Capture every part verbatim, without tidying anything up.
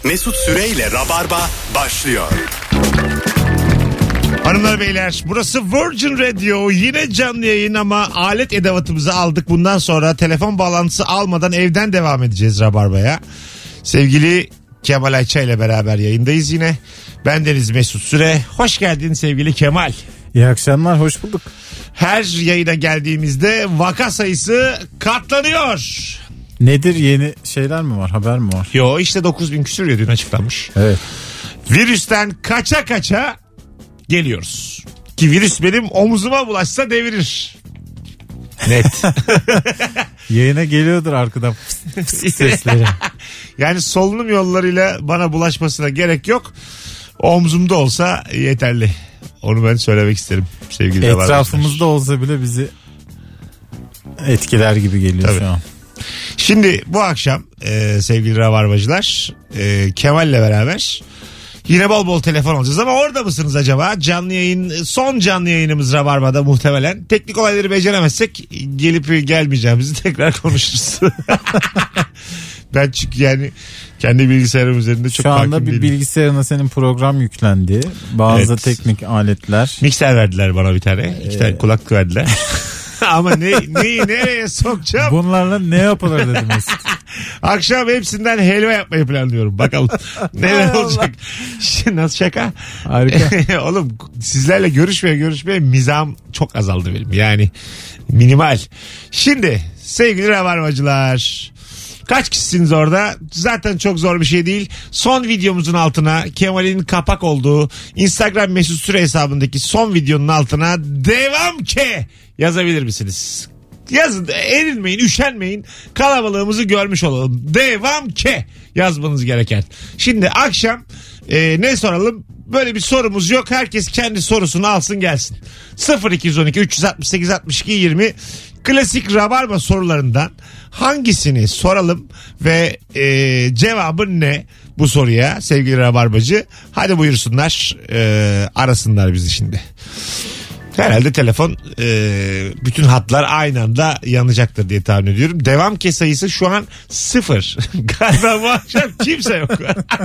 Mesut Süreyle Rabarba başlıyor. Hanımlar beyler, burası Virgin Radio, yine canlı yayın ama alet edevatımızı aldık. Bundan sonra telefon bağlantısı almadan evden devam edeceğiz Rabarba'ya. Sevgili Kemal Ayça ile beraber yayındayız yine. Bendeniz Mesut Süre. Hoş geldin sevgili Kemal. İyi akşamlar, hoş bulduk. Her yayına geldiğimizde vaka sayısı katlanıyor. Nedir, yeni şeyler mi var, haber mi var? Yo işte dokuz bin küsur ya, dün açıklanmış. Evet. Virüsten kaça kaça geliyoruz. Ki virüs benim omuzuma bulaşsa devirir. Net. Yayına geliyordur arkadan sesleri. Yani solunum yollarıyla bana bulaşmasına gerek yok. Omzumda olsa yeterli. Onu ben söylemek isterim sevgili etrafımızda olsa bile bizi etkiler gibi geliyor. Tabii. Şu an. Şimdi bu akşam e, sevgili Rabarbacılar, e, Kemal'le beraber yine bol bol telefon alacağız ama orada mısınız acaba? Canlı yayın, son canlı yayınımız Rabarba'da muhtemelen. Teknik olayları beceremezsek gelip gelmeyeceğimizi tekrar konuşuruz. Ben çünkü yani kendi bilgisayarım üzerinde çok şu anda bir değilim. Bilgisayarına senin program yüklendi. Bazı evet. teknik aletler. Mikser verdiler bana bir tane. Ee... İki tane kulaklık verdiler. Ama ne, neyi nereye sokacağım? Bunlarla ne yapılır dedim. Akşam hepsinden helva yapmayı planlıyorum. Bakalım neler olacak. Şimdi nasıl şaka? Harika. Oğlum sizlerle görüşmeye görüşmeye mizahım çok azaldı benim. Yani minimal. Şimdi sevgili Rabarbacılar, kaç kişisiniz orada? Zaten çok zor bir şey değil. Son videomuzun altına Kemal'in kapak olduğu Instagram Mesut Süre hesabındaki son videonun altına devam ke yazabilir misiniz? Yazın, erinmeyin, üşenmeyin. Kalabalığımızı görmüş olalım. Devam ke yazmanız gereken. Şimdi akşam e, ne soralım? Böyle bir sorumuz yok. Herkes kendi sorusunu alsın gelsin. sıfır iki on iki üç altı sekiz altmış iki yirmi klasik Rabarba sorularından hangisini soralım ve e, cevabın ne bu soruya sevgili Rabarbacı? Hadi buyursunlar, e, arasınlar bizi şimdi. Herhalde telefon, e, bütün hatlar aynı anda yanacaktır diye tahmin ediyorum. Devam ke sayısı şu an sıfır. Galiba bu akşam kimse yok.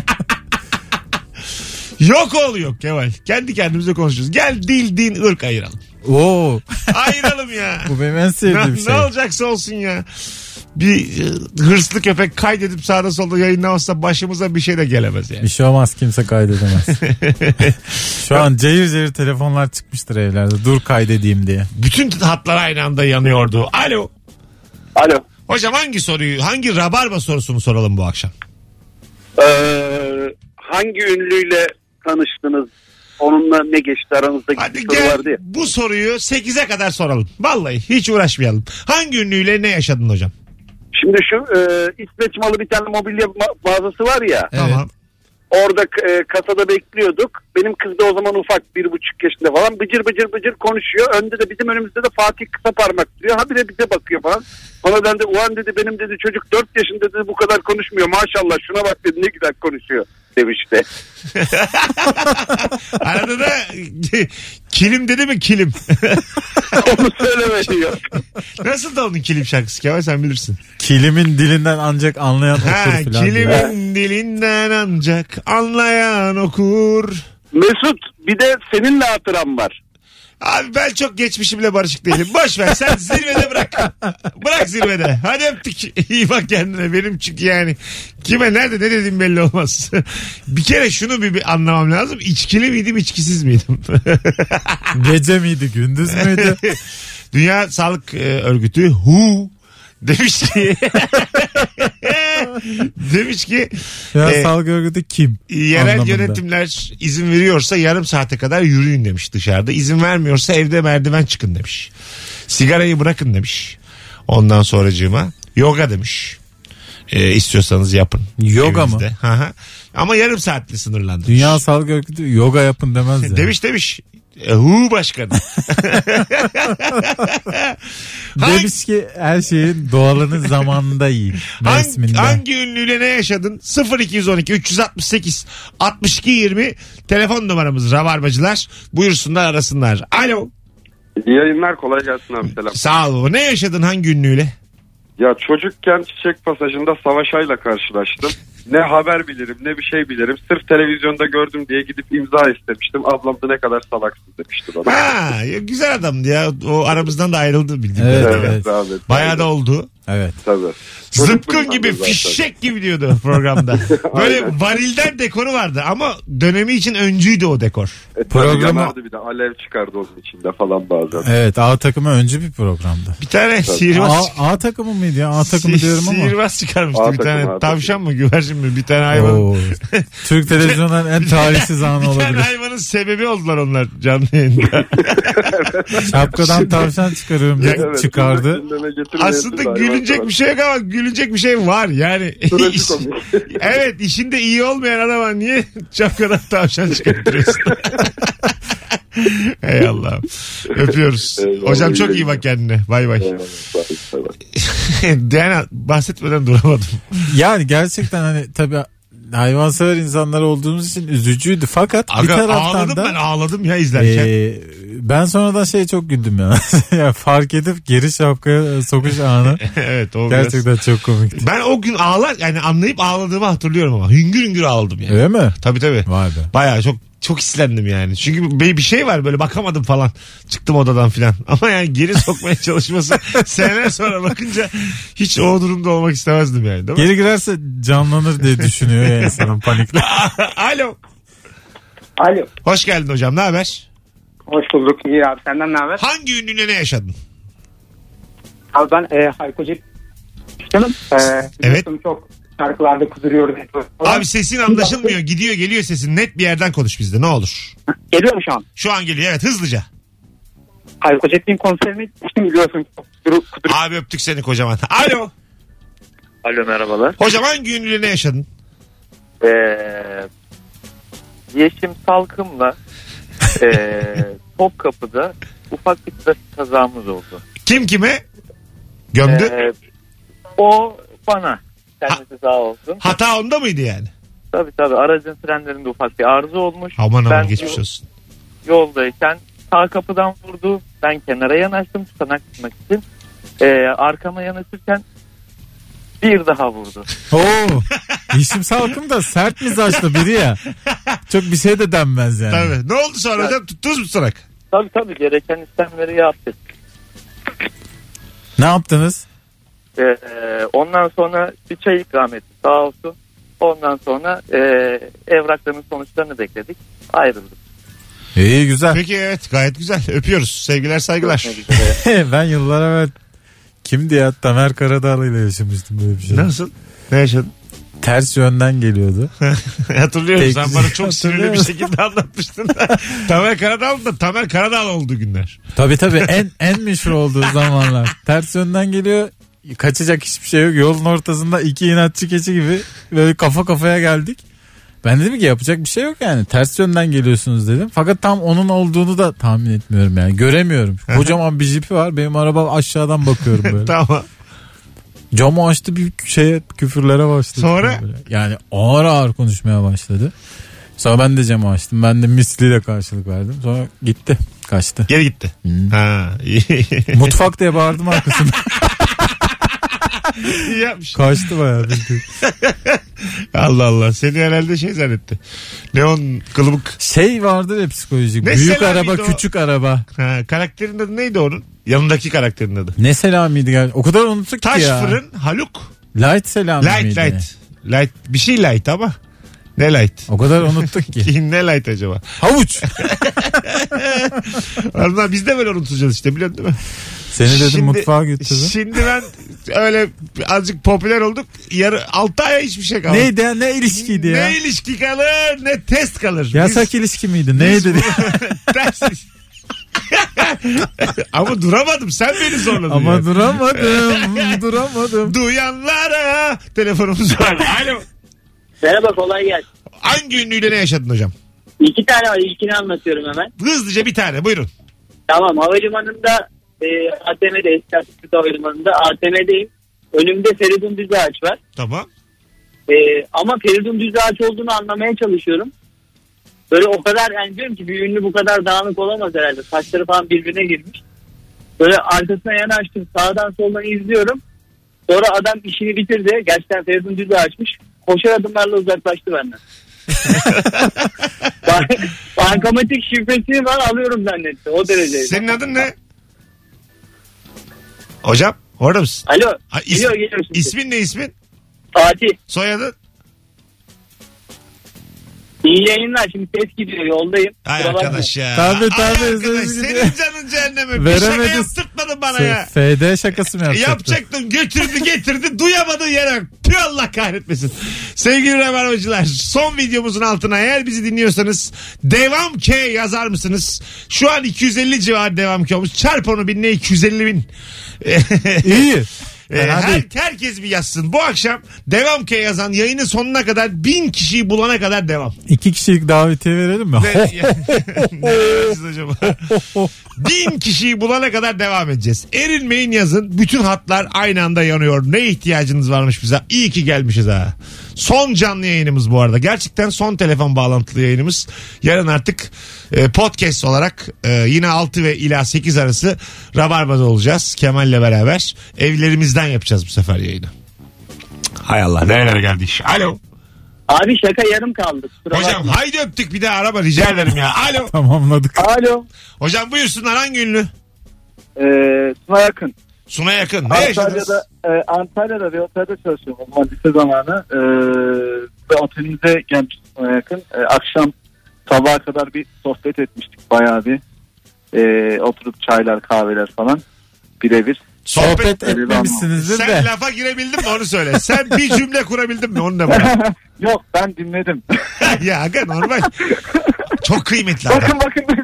Yok oluyor Kemal. Kendi kendimize konuşuyoruz. Gel dil, din, ırk ayıralım. Oo. Ayıralım ya. Bu benim en sevdiğim ne, şey. Ne olacaksa olsun ya. Bir hırslı köpek kaydedip sağda solda yayınlamazsa başımıza bir şey de gelemez yani. Bir şey olmaz, kimse kaydedemez. Şu an cayır cayır telefonlar çıkmıştır evlerde. Dur kaydedeyim diye. Bütün hatlar aynı anda yanıyordu. Alo. Alo. Hocam hangi soruyu, hangi Rabarba sorusunu soralım bu akşam? Ee, hangi ünlüyle tanıştınız? Onunla ne geçti aranızda gibi bir soru vardı ya. Bu soruyu sekize kadar soralım. Vallahi hiç uğraşmayalım. Hangi ünlüyle ne yaşadın hocam? Şimdi şu e, İsveç malı bir tane mobilya mağazası var ya. Evet. Tamam. Orada e, kasada bekliyorduk. Benim kız da o zaman ufak, bir buçuk yaşında falan. Bıcır bıcır bıcır konuşuyor. Önde de bizim önümüzde de Fatih kısa parmak duruyor. Habire bize bakıyor falan. Sonra ben de ulan dedi, benim dedi çocuk dört yaşında dedi, bu kadar konuşmuyor. Maşallah şuna bak dedi, ne güzel konuşuyor demişti. Arada da kilim dedi mi kilim? Onu söylemedi yok. Nasıl da onun kilim şarkısı Kemal, sen bilirsin. Kilimin dilinden ancak anlayan okur ha, falan. Kilimin diye. Dilinden ancak anlayan okur. Mesut, bir de seninle hatıram var. Abi ben çok geçmişimle barışık değilim. Boş ver, sen zirvede bırak. Bırak zirvede. Hadi öptük. İyi bak kendine. Benim çünkü yani kime nerede ne dediğim belli olmaz. Bir kere şunu bir, bir anlamam lazım. İçkili miydim, içkisiz miydim? Gece miydi, gündüz müydü? Dünya Sağlık Örgütü W H O demiş ki demiş ki ya e, sağlık örgütü kim? Yerel anlamında. Yönetimler izin veriyorsa yarım saate kadar yürüyün demiş dışarıda. İzin vermiyorsa evde merdiven çıkın demiş. Sigarayı bırakın demiş. Ondan sonracığıma yoga demiş. E, istiyorsanız yapın. Yoga evinizde. mı? Hı-hı. Ama yarım saatli sınırlandırmış. Dünya Sağlık Örgütü yoga yapın demez ya. Demiş demiş. Hu başkanı. Demiş ki her şeyin doğalını zamanında yiyin. Hangi, hangi ünlüyle ne yaşadın? sıfır iki on iki üç altı sekiz altmış iki yirmi telefon numaramız Rabarbacılar. Buyursunlar, arasınlar. Alo. İyi yayınlar, kolay gelsin abi, selam. Sağ ol. Ne yaşadın hangi ünlüyle? Ya çocukken Çiçek Pasajı'nda Savaş Ay'la karşılaştım. Ne haber bilirim ne bir şey bilirim. Sırf televizyonda gördüm diye gidip imza istemiştim. Ablam da ne kadar salaksın demişti bana. Ha, ya güzel adamdı ya. O aramızdan da ayrıldı bildiğim Evet, kadarıyla. evet. Rahmet. Bayağı da oldu. Evet. Tabii. Zıpkın gibi, zaten. fişek gibi diyordu programda. Böyle Aynen. varilden dekoru vardı ama dönemi için öncüydü o dekor. E, Programı- Programı... Bir de alev çıkardı onun içinde falan bazen. Evet, A takımı öncü bir programdı. Bir tane sihirbaz, A, A takımı mıydı ya? A takımı si- diyorum ama. sihirbaz çıkarmıştı. A Bir takımı, tane A tavşan mı güvercin mi bir tane hayvan. Oo. Türk televizyonunun en talihsiz anı Bir tane olabilir. hayvanın sebebi oldular onlar canlı yayında. Şapkadan tavşan çıkarıyorum diye Evet, çıkardı. gündeme getirmeyesin Aslında de gülünecek hayvan bir şey yok ama gülünecek bir şey var yani. Trajikomik. Evet, işinde iyi olmayan adama niye şapkadan tavşan çıkartıyorsun? Ey Allah'ım. Öpüyoruz. Eyvallah, Hocam çok iyi iyi bak kendine. Bay bay. Eyvallah, bay bay. Yani bahsetmeden duramadım. Yani gerçekten hani tabii hayvansever insanlar olduğumuz için üzücüydü. Fakat bir Aga, taraftan ağladım da ben ağladım ya izlerken. e, ben sonradan şey çok güldüm ya. Yani fark edip geri şapkaya sokuş anı Evet o biraz. gerçekten çok komikti. Ben o gün ağlar yani anlayıp ağladığımı hatırlıyorum ama hüngür hüngür ağladım yani. Öyle mi? Tabii tabii. Vay be. Bayağı çok çok hislendim yani. Çünkü bir bir şey var böyle bakamadım falan. Çıktım odadan filan. Ama yani geri sokmaya çalışması seneler sonra bakınca hiç o durumda olmak istemezdim yani. Değil mi? Geri girerse canlanır diye düşünüyor ya insanın panikle. Alo. Alo. Hoş geldin hocam. Ne haber? Hoş bulduk. İyi abi, senden ne haber? Hangi ünlüyle ne yaşadın? Abi ben e, Hayko Cep canım. E, Evet. Çok şarkılarda kuduruyor. Abi sesin anlaşılmıyor. Gidiyor geliyor sesin. Net bir yerden konuş bizde ne olur. Geliyor mu şu an? Şu an geliyor evet hızlıca. Hayko Cep'in konserine gitmiştim biliyorsun. Kudur, kudur. Abi öptük seni kocaman. Alo. Alo merhabalar. Hocam hangi ünlüyle ne yaşadın? Ee, Yeşim Salkım'la ee, Topkapı'da ufak bir trafik kazamız oldu. Kim kime? Gömdü. Ee, o bana. Kendisi sağ olsun. Hata onda mıydı yani? Tabii tabii aracın frenlerinde ufak bir arıza olmuş. Aman aman Ben geçmiş yol- olsun. Yoldayken sağ kapıdan vurdu. Ben kenara yanaştım tutanak tutmak için. Ee, arkama yanaşırken bir daha vurdu. Oo. Yeşim Salkım da sert mizaçlı biri ya. Çok bir şey de denmez yani. Tabii. Ne oldu sonra hocam? Tuttunuz mu tutanak? Tabii tabii gereken işlemleri yaptık. Ne yaptınız? Ee, ondan sonra bir çay ikram etti sağ olsun. Ondan sonra e, evrakların sonuçlarını bekledik. Ayrıldık. İyi güzel. Peki evet gayet güzel. Öpüyoruz. Sevgiler saygılar. Görüşmek üzere. Ben yıllar evvel kimdi ya Tamer Karadağlı ile yaşamıştım böyle bir şey. Nasıl? Ne yaşadın? Ters yönden geliyordu. Hatırlıyorum. Peki. Sen bana çok sinirli bir Hatırlıyorum. şekilde anlatmıştın. Tamer Karadağlı da Tamer Karadağlı olduğu günler. Tabii tabii en en meşhur olduğu zamanlar. Ters yönden geliyor. Kaçacak hiçbir şey yok. Yolun ortasında iki inatçı keçi gibi böyle kafa kafaya geldik. Ben dedim ki yapacak bir şey yok yani. Ters yönden geliyorsunuz dedim. Fakat tam onun olduğunu da tahmin etmiyorum yani. Göremiyorum. Kocaman bir jipi var. Benim araba aşağıdan bakıyorum böyle. Tamam. Camı açtı bir şeye küfürlere başladı. Sonra? Böyle. Yani ağır ağır konuşmaya başladı. Sonra ben de camı açtım. Ben de misliyle karşılık verdim. Sonra gitti. Kaçtı. Geri gitti. Hmm. Ha, iyi. Mutfak diye bağırdım arkasında. İyi yapmış. Kaçtı bayağı. Allah Allah. Seni herhalde şey zannetti. Neon kılıbık. Şey vardır ya psikolojik. Ne Büyük selamıydı araba o? küçük araba. Ha, karakterin adı neydi onun? Yanındaki karakterin adı. Ne selamıydı galiba. O kadar unuttuk Taş ki ya. fırın Haluk. Light selam Light mıydı? light. Light. Bir şey light ama. Ne light? O kadar unuttuk ki. Ne light acaba? Havuç. Vallahi biz de böyle unutacağız işte biliyorsun değil mi? Seni dedim Şimdi- mutfağa götürdüm. Şimdi ben öyle azıcık popüler olduk. Yarı altı aya hiçbir şey kalmadı. Neydi ya? Ne ilişkiydi ya? Ne ilişki kalır ne test kalır. Yasak Biz- ilişki miydi? biz Neydi? bu- Ters- Ama duramadım sen beni zorladın. Ama yani. duramadım. duramadım. Duyanlara telefonumuz var. Alo. Merhaba, kolay gelsin. Hangi ünlüyle ne yaşadın hocam? İki tane var, ilkini anlatıyorum hemen. Hızlıca bir tane buyurun. Tamam, havalimanında e, A T M'de, eski Atatürk Havalimanı'nda A T M'deyim. Önümde Feridun Düzağaç var. Tamam. E, ama Feridun Düzağaç olduğunu anlamaya çalışıyorum. Böyle o kadar, yani diyorum ki bir ünlü bu kadar dağınık olamaz herhalde. Saçları falan birbirine girmiş. Böyle arkasına yanaştım, sağdan soldan izliyorum. Sonra adam işini bitirdi. Gerçekten Feridun Düzağaç'mış. koşar adımlarla uzaklaştı benden. Bankamatik şifresini ben alıyorum zannetti. O dereceydi. Senin adın ne? Hocam orada mısın? Alo. Ha, is- Geliyor geliyor. ismin ne ismin? Fatih. Soyadın? İyi yayınlar. Şimdi ses gidiyor. Yoldayım. Ay Kusura bakma. arkadaş ya. Tabii, tabii, Ay özür arkadaş dilerim. senin canın cehenneme. Bir şaka Veremedin. yaptırtmadın bana Şey, ya. F D şakası mı yapacaktın? Yapacaktın götürdü getirdi duyamadığın yere. Tüh Allah kahretmesin. Sevgili Rabarbacılar son videomuzun altına eğer bizi dinliyorsanız devam K yazar mısınız? Şu an iki yüz elli civarı devam K olmuş. Çarp onu binle iki yüz elli bin. İyi. Ee, Fena her, değil. herkes bir yazsın. Bu akşam devam K yazan yayının sonuna kadar bin kişiyi bulana kadar devam. İki kişilik davetiye verelim mi? Ve- ne yapacağız acaba? Bin kişiyi bulana kadar devam edeceğiz. Erinmeyin yazın. Bütün hatlar aynı anda yanıyor. Ne ihtiyacınız varmış bize? İyi ki gelmişiz ha. Son canlı yayınımız bu arada. Gerçekten son telefon bağlantılı yayınımız. Yarın artık e, podcast olarak e, yine altı ve ila sekiz arası Rabarba'da olacağız. Kemal'le beraber. Evlerimizden yapacağız bu sefer yayını. Hay Allah nerelere geldi iş. Alo. Abi şaka yarım kaldı. Kusura Hocam bakma. haydi öptük bir daha araba rica ederim ya. Alo. Tamamladık. Alo. Hocam buyursunlar hangi ünlü? Ee, Suna yakın. Suna yakın. Ne yaşadınız? Antalya'da, e, Antalya'da bir otelde çalışıyorum. O zaman lise zamanı. E, ve otelimize gelmiş Suna yakın. E, akşam sabaha kadar bir sohbet etmiştik bayağı bir. E, oturup çaylar kahveler falan. Birebir. Sohbet Sohbet- etmemişsinizdir Sen de. lafa girebildin mi onu söyle. Sen bir cümle kurabildin mi onu da bana. Yok ben dinledim. Ya aga normal. Çok kıymetli adam. bakın bakın.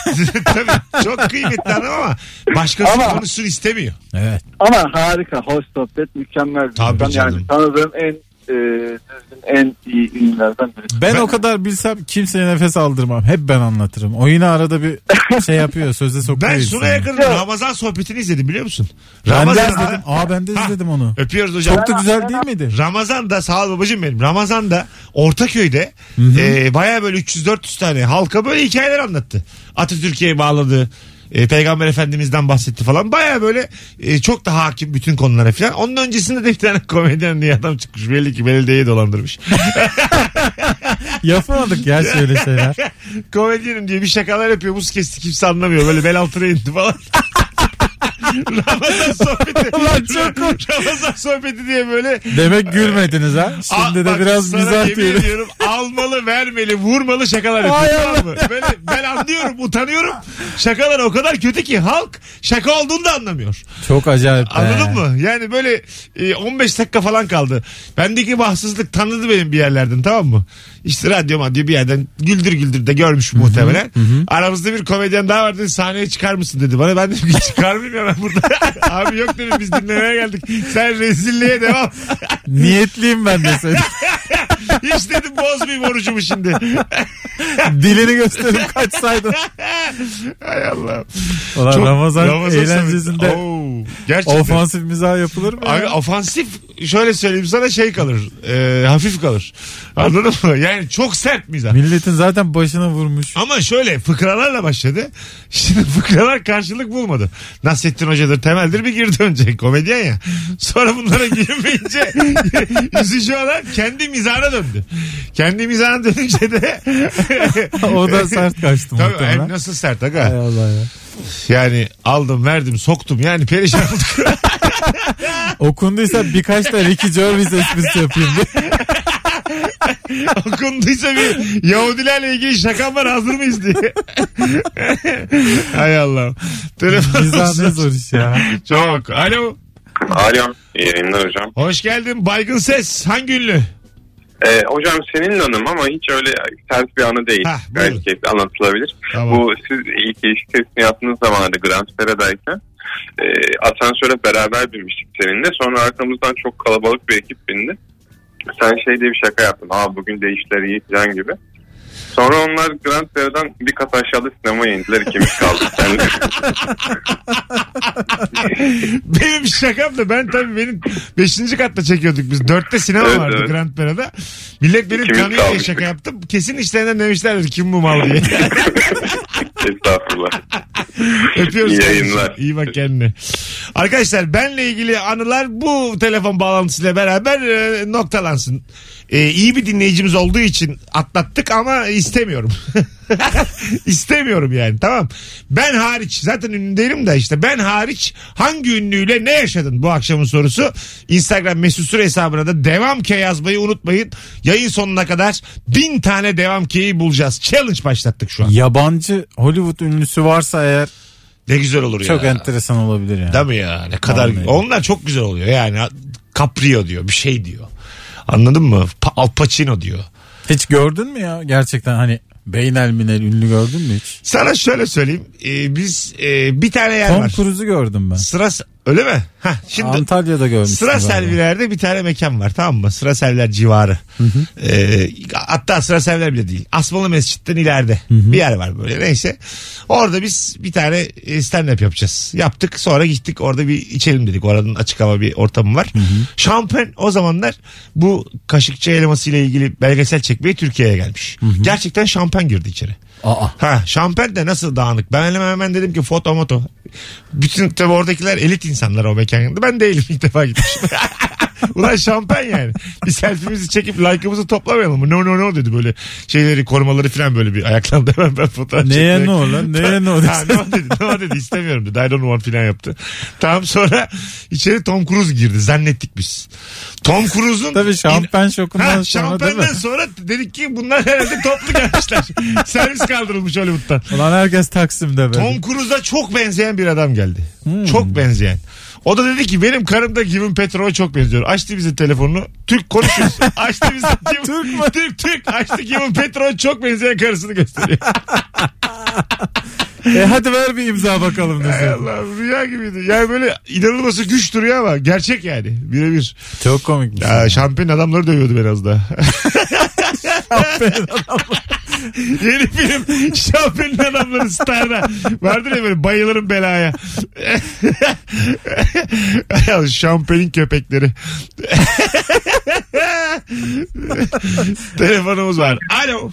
Tabii çok kıymetli adam ama başkası Ama- konuşsun istemiyor. Evet. Ama harika. Hoş sohbet. Mükemmel. bir Tabii insan. canım. Yani tanıdığım en e, düzgün, en iyi ünlülerden birisi. Ben, Ben- o kadar bilsem kimseye nefes aldırmam. Hep ben anlatırım. O yine arada bir şey yapıyor. Sözde sokuyor. Ben insanı. Suna Yakın'ın Ramazan sohbetini izledim biliyor musun? Ben de Ramazan'da- izledim. Aa ben de Ha. izledim onu. Öpüyoruz hocam. Çok da güzel değil miydi? Ramazan'da sağ ol babacığım benim. Ramazan'da Ortaköy'de e, baya böyle üç yüz dört yüz tane halka böyle hikayeler anlattı. Atatürk'e bağladı. E, Peygamber Efendimiz'den bahsetti falan. Baya böyle e, çok da hakim bütün konulara falan. Onun öncesinde de bir tane komedyen diye adam çıkmış. Belli ki belediyeyi dolandırmış. Yapamadık ya şöyle şeyler. Komedyenim diye bir şakalar yapıyor. Buz kesti kimse anlamıyor. Böyle bel altına indi falan. Ramazan sohbeti. Ramazan sohbeti diye böyle. Demek gülmediniz ha. Şimdi Aa, de bak biraz sana mizah yemin diyelim. ediyorum, almalı, vermeli, vurmalı şakalar yapıyor. Tamam mı? Böyle ben anlıyorum, utanıyorum. Şakalar o kadar kötü ki halk şaka olduğunu da anlamıyor. Çok acayip. be. Anladın mı? Yani böyle e, on beş dakika falan kaldı. Bendeki bahtsızlık tanıdı benim bir yerlerden, tamam mı? İşte radyo madyo bir yerden güldür güldür de görmüş muhtemelen. Aramızda bir komedyen daha vardı, sahneye çıkar mısın dedi bana. Ben dedim ki çıkarmayayım ya ben burada. Abi yok dedim, biz dinlemeye geldik. Sen rezilliğe devam. Niyetliyim ben de senin. Hiç dedim bozmayayım orucumu şimdi. Dilini gösterip kaçsaydın. Hay Allah. Ulan Çok- Ramazan, Ramazan eğlencesinde Oo, gerçekten. ofansif mizah yapılır mı? Abi ya? ofansif şöyle söyleyeyim sana şey kalır. E, hafif kalır. Anladın mı? Yani çok sert mizah. Milletin zaten başına vurmuş. Ama şöyle fıkralarla başladı. Şimdi fıkralar karşılık bulmadı. Nasrettin Hoca'dır, Temel'dir bir girdi önce. Komedyen ya. Sonra bunlara girmeyince yüzü şu an kendi mizahına döndü. Kendi mizahına dönünce de O da sert kaçtı tabii muhtemelen. hem nasıl sert aga. Hay Allah ya. Yani aldım verdim soktum yani perişan olduk. Okunduysa birkaç da Ricky Gervais esprisi yapayım diye. Okunduysa bir Yahudilerle ilgili şakam var, hazır mıyız diye. Hay Allah. Telefon Mizah ne zor iş ya. Çok. Alo. Alo. İyi yayınlar hocam. Hoş geldin. Baygın ses. Hangi ünlü? Ee, hocam senin anım ama hiç öyle ters bir anı değil. Hah, buyurun. Gayet keyifli anlatılabilir. Tamam. Bu siz ilk ilişki testini yaptığınız zamanlarda Grand Fera'dayken e, asansöre beraber binmiştik seninle. Sonra arkamızdan çok kalabalık bir ekip bindi. Sen şey diye bir şaka yaptın. Aa bugün de işler iyi falan gibi. Sonra onlar Grand Fera'dan bir kat aşağıda sinemaya indiler. İkimiz kaldık seninle. Benim şakam da ben tabii benim beşinci katta çekiyorduk biz. Dörtte sinema Evet, vardı evet. Grand Pera'da. Millet benim İkimiz tanıyor diye kalmıştık. şaka yaptım. Kesin işlerinden demişlerdir kim bu mal diye. Estağfurullah. Öpüyoruz. İyi kardeşim. yayınlar. İyi bak kendine. Arkadaşlar benle ilgili anılar bu telefon bağlantısıyla beraber e, noktalansın. e, iyi bir dinleyicimiz olduğu için atlattık ama istemiyorum. İstemiyorum yani, tamam. Ben hariç, zaten ünlü değilim de işte, ben hariç hangi ünlüyle ne yaşadın bu akşamın sorusu. Instagram mesut süre hesabına da devam ke yazmayı unutmayın. Yayın sonuna kadar bin tane devam ke'yi bulacağız. Challenge başlattık şu an. Yabancı Hollywood ünlüsü varsa eğer Ne güzel olur ya. çok enteresan olabilir yani. Değil mi ya? Ne kadar. Vallahi. Onlar çok güzel oluyor yani. Caprio diyor, bir şey diyor. Anladın mı? Pa- Al Pacino diyor. Hiç gördün mü ya gerçekten, hani beynel minel ünlü gördün mü hiç? Sana şöyle söyleyeyim. Ee, biz e, bir tane yer Tom var. Cruise'u gördüm ben. Sıra, öyle mi? Heh, şimdi Antalya'da görmüştüm. Sıra Selviler'de bir tane mekan var, tamam mı? Sıra Selviler civarı. Hı hı. Ee, hatta Sıra Selviler bile değil. Asmalı Mescid'den ileride hı hı. bir yer var böyle, neyse. Orada biz bir tane stand-up yapacağız. Yaptık, sonra gittik orada bir içelim dedik. Oranın açık hava bir ortamı var. Hı hı. Şampen o zamanlar bu Kaşıkçı elması ile ilgili belgesel çekmeye Türkiye'ye gelmiş. Hı hı. Gerçekten şampen girdi içeri. Aa. Ha, şampen de nasıl dağınık. Ben hemen hemen dedim ki foto moto. Bütün tabi oradakiler elit insanlar o mekanda. Ben değilim, ilk defa gitmişim. Ulan şampen yani. Bir selfie'mizi çekip like'ımızı toplamayalım mı? No no no dedi, böyle şeyleri, korumaları falan böyle bir ayaklandı, hemen ben fotoğraf çekmeye. Neye ne o lan? Neye ne o? Ha, no dedi, no dedi, istemiyorum dedi. I don't want falan yaptı. Tamam, sonra içeri Tom Cruise girdi. Zannettik biz. Tom Cruise'un Tabii şampen şokundan ha, sonra değil mi? şampenden sonra dedik ki bunlar herhalde toplu gelmişler. Servis kaldırılmış Hollywood'dan. Ulan herkes Taksim'de böyle. Tom Cruise'a çok benzeyen bir adam geldi. Hmm. Çok benzeyen. O da dedi ki benim karım da Gwyneth Paltrow'a çok benziyor. Açtı bize telefonunu. Türk konuşuyoruz. Açtı bize. Türk mü? Türk Türk. Açtı Gwyneth Paltrow'a çok benzeyen karısını gösteriyor. E hadi ver bir imza bakalım dedi. Allah, rüya gibiydi. Yani böyle inanılması güç duruyor ama gerçek yani. Birebir. Çok komikmiş. Ya yani. Şampiyon adamları dövüyordu biraz daha. Yeni film Şampiyon adamları Star'da. Vardır ya böyle, bayılırım belaya. Şampiyon köpekleri. Telefonumuz var. Alo.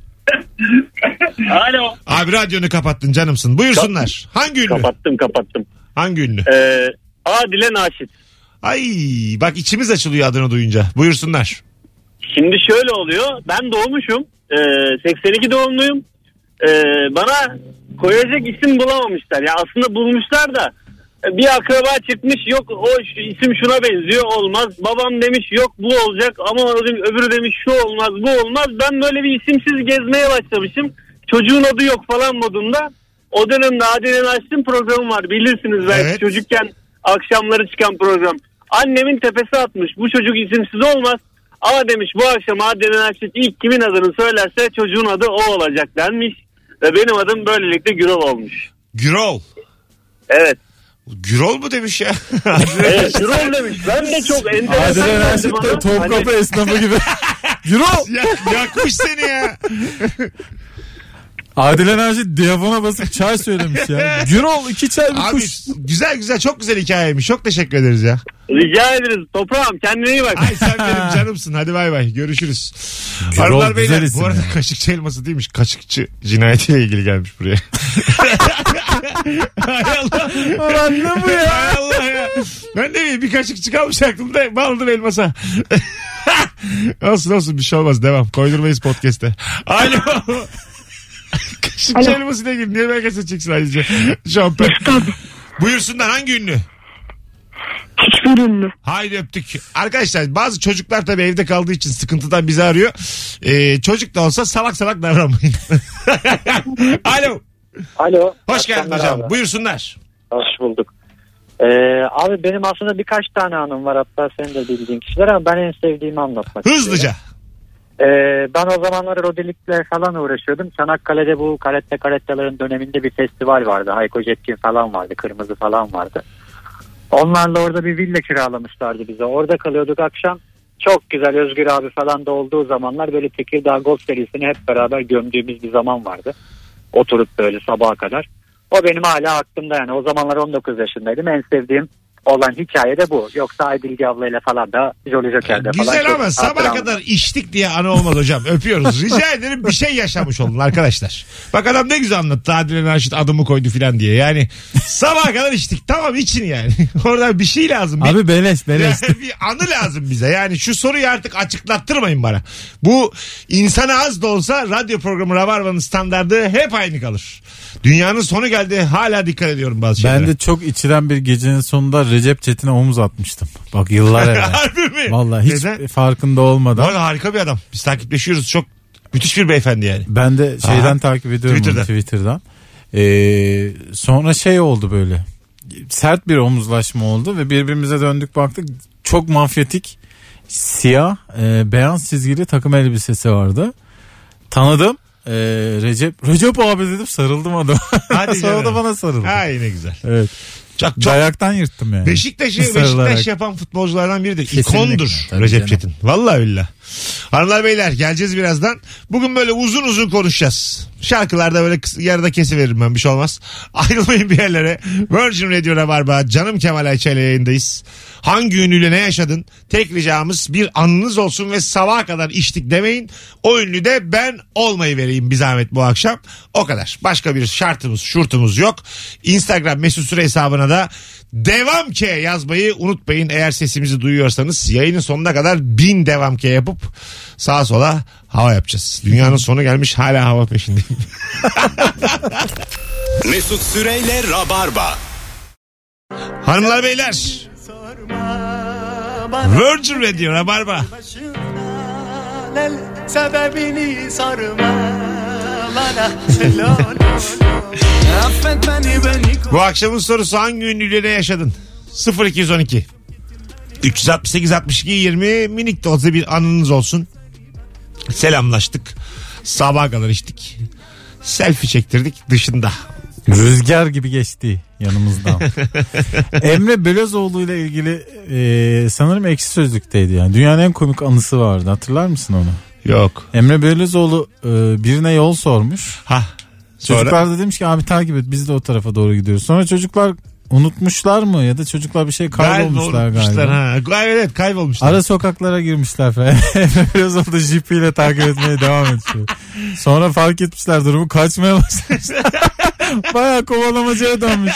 Alo. Abi radyonu kapattın, canımsın. Buyursunlar. Hangi ünlü? Kapattım kapattım. Hangi ünlü? Ee, Adile Naşit. Ay bak, içimiz açılıyor adını duyunca. Buyursunlar. Şimdi şöyle oluyor. Ben doğmuşum. Ee, seksen iki doğumluyum. Ee, bana koyacak isim bulamamışlar. Ya aslında bulmuşlar da bir akraba çıkmış, yok o isim şuna benziyor, olmaz. Babam demiş yok bu olacak ama öbürü demiş şu olmaz bu olmaz. Ben böyle bir isimsiz gezmeye başlamışım. Çocuğun adı yok falan modunda. O dönemde Adile'nin açtığım programı var, bilirsiniz belki, evet. Çocukken akşamları çıkan program. Annemin tepesi atmış, bu çocuk isimsiz olmaz. Ama demiş bu akşam Adile'nin açtığı ilk kimin adını söylerse çocuğun adı o olacak denmiş. Ve benim adım böylelikle Gürol olmuş. Gürol? Evet. Gürol mu demiş ya? Evet, Gürol demiş. Ben de çok enteresan. Adile Naşit de Topkapı hani... esnafı gibi. Gürol. Ya, yakmış seni ya. Adile Naşit diyafona basıp çay söylemiş ya. Gürol iki çay bir abi, kuş. Güzel güzel, çok güzel hikayeymiş. Çok teşekkür ederiz ya. Rica ederiz. Toprağım kendine iyi bak. Ay sen benim canımsın. Hadi bay bay. Görüşürüz. Gürol, Arılar beyler. Bu arada ya. Kaşıkçı elması değilmiş. Kaşıkçı cinayetiyle ilgili gelmiş buraya. Hay Allah. Ulan ne bu ya? Hay Allah ya. Ben de bir kaşıkçı kalmış aklımda. Baldım elmasa. Olsun olsun, bir şey olmaz. Devam. Koydurmayız podcast'te. Alo. Kaşıkçı elması ile ilgili. Niye belgesel çeksin ayrıca? Şampiyon. Buyursunlar, hangi ünlü? Hiçbir ünlü. Haydi öptük. Arkadaşlar bazı çocuklar tabii evde kaldığı için sıkıntıdan bizi arıyor. Ee, çocuk da olsa salak salak davranmayın. Alo. Alo. Hoş geldin hocam. Abi. Buyursunlar. Hoş bulduk. Ee, abi benim aslında birkaç tane anım var, hatta senin de bildiğin kişiler, ama ben en sevdiğimi anlatmak Hızlıca. istiyorum. Ee, ben o zamanlar rodilikle falan uğraşıyordum. Çanakkale'de bu karette karettaların döneminde bir festival vardı. Hayko Cepkin falan vardı. Kırmızı falan vardı. Onlarla orada bir villa kiralamışlardı bize. Orada kalıyorduk akşam. Çok güzel, Özgür abi falan da olduğu zamanlar böyle Tekirdağ Golf serisini hep beraber gömdüğümüz bir zaman vardı. Oturup böyle sabaha kadar. O benim hala aklımda yani. O zamanlar on dokuz yaşındaydım. En sevdiğim olan hikaye de bu. Yoksa Aydilge ablayla falan da Jolly Joker'de falan. Güzel ama çok sabah hatıram kadar var. içtik diye anı olmaz hocam. Öpüyoruz. Rica ederim bir şey yaşamış olun arkadaşlar. Bak adam ne güzel anlattı. Adile Naşit adımı koydu filan diye. Yani sabah kadar içtik. Tamam için yani. Oradan bir şey lazım. Bir, Abi beleş beleş. yani bir anı lazım bize. Yani şu soruyu artık açıklattırmayın bana. Bu insana az da olsa radyo programı Rabarba'nın standardı hep aynı kalır. Dünyanın sonu geldi. Hala dikkat ediyorum bazı şeylere. Ben de çok içilen bir gecenin sonunda Recep Çetin'e omuz atmıştım. Bak yıllar evvel. Harbi mi? Vallahi hiç Neden? farkında Bu olmadan. arada harika bir adam. Biz takipleşiyoruz. Çok müthiş bir beyefendi yani. Ben de şeyden Aha. takip ediyorum Twitter'dan. Twitter'dan. Twitter'dan. Ee, sonra şey oldu böyle. Sert bir omuzlaşma oldu ve birbirimize döndük baktık. Çok mafyatik siyah e, beyaz çizgili takım elbisesi vardı. Tanıdım. Ee, Recep Recep abi dedim, sarıldım adama. Hadi Sonra canım. da bana sarıldı. Ay ne güzel. Evet. Çok, çok Dayaktan yırttım yani. Beşiktaş'ı Sarılarak. Beşiktaş yapan futbolculardan biridir. Kesinlikle. İkondur Tabii Recep canım. Çetin. Vallahi billah. Hanımlar beyler geleceğiz birazdan. Bugün böyle uzun uzun konuşacağız. Şarkılarda böyle kısa, yarıda kesiveririm ben, bir şey olmaz. Ayrılmayın bir yerlere. Virgin Radio Rabarba. Canım Kemal Ayça ile yayındayız. Hangi ünlüyle ne yaşadın? Tek ricamız bir anınız olsun ve sabaha kadar içtik demeyin. O ünlü de ben olmayı vereyim bir zahmet bu akşam. O kadar. Başka bir şartımız şurtumuz yok. Instagram mesut süre hesabına da devam ke yazmayı unutmayın. Eğer sesimizi duyuyorsanız yayının sonuna kadar bin devam ke yapıp sağa sola hava yapacağız. Dünyanın sonu gelmiş, hala hava peşindeyim. Mesut Süreyle Rabarba. Hanımlar beyler, Virgin Radio Rabarba. Sebebini sorma bana. Affet beni beni. Bu akşamın sorusu hangi ünlüyle ne yaşadın? sıfır iki on iki üç altı sekiz altmış iki yirmi minik de olsa bir anınız olsun. Selamlaştık. Sabaha kadar içtik. Selfie çektirdik dışında. Rüzgar gibi geçti yanımızdan. Emre Belözoğlu ile ilgili e, sanırım Ekşi Sözlük'teydi yani. Dünyanın en komik anısı vardı. Hatırlar mısın onu? Yok. Emre Belözoğlu e, birine yol sormuş. Ha. Sonra? Çocuklar da demiş ki abi takip et, biz de o tarafa doğru gidiyoruz. Sonra çocuklar unutmuşlar mı ya da çocuklar bir şey kaybolmuşlar galiba. Ha. Evet, kaybolmuşlar. Ara sokaklara girmişler falan. Emre Belözoğlu da jipiyle takip etmeye devam ediyor. Sonra fark etmişler durumu, kaçmaya başlamışlar. Bayağı kovalamacaya dönmüş.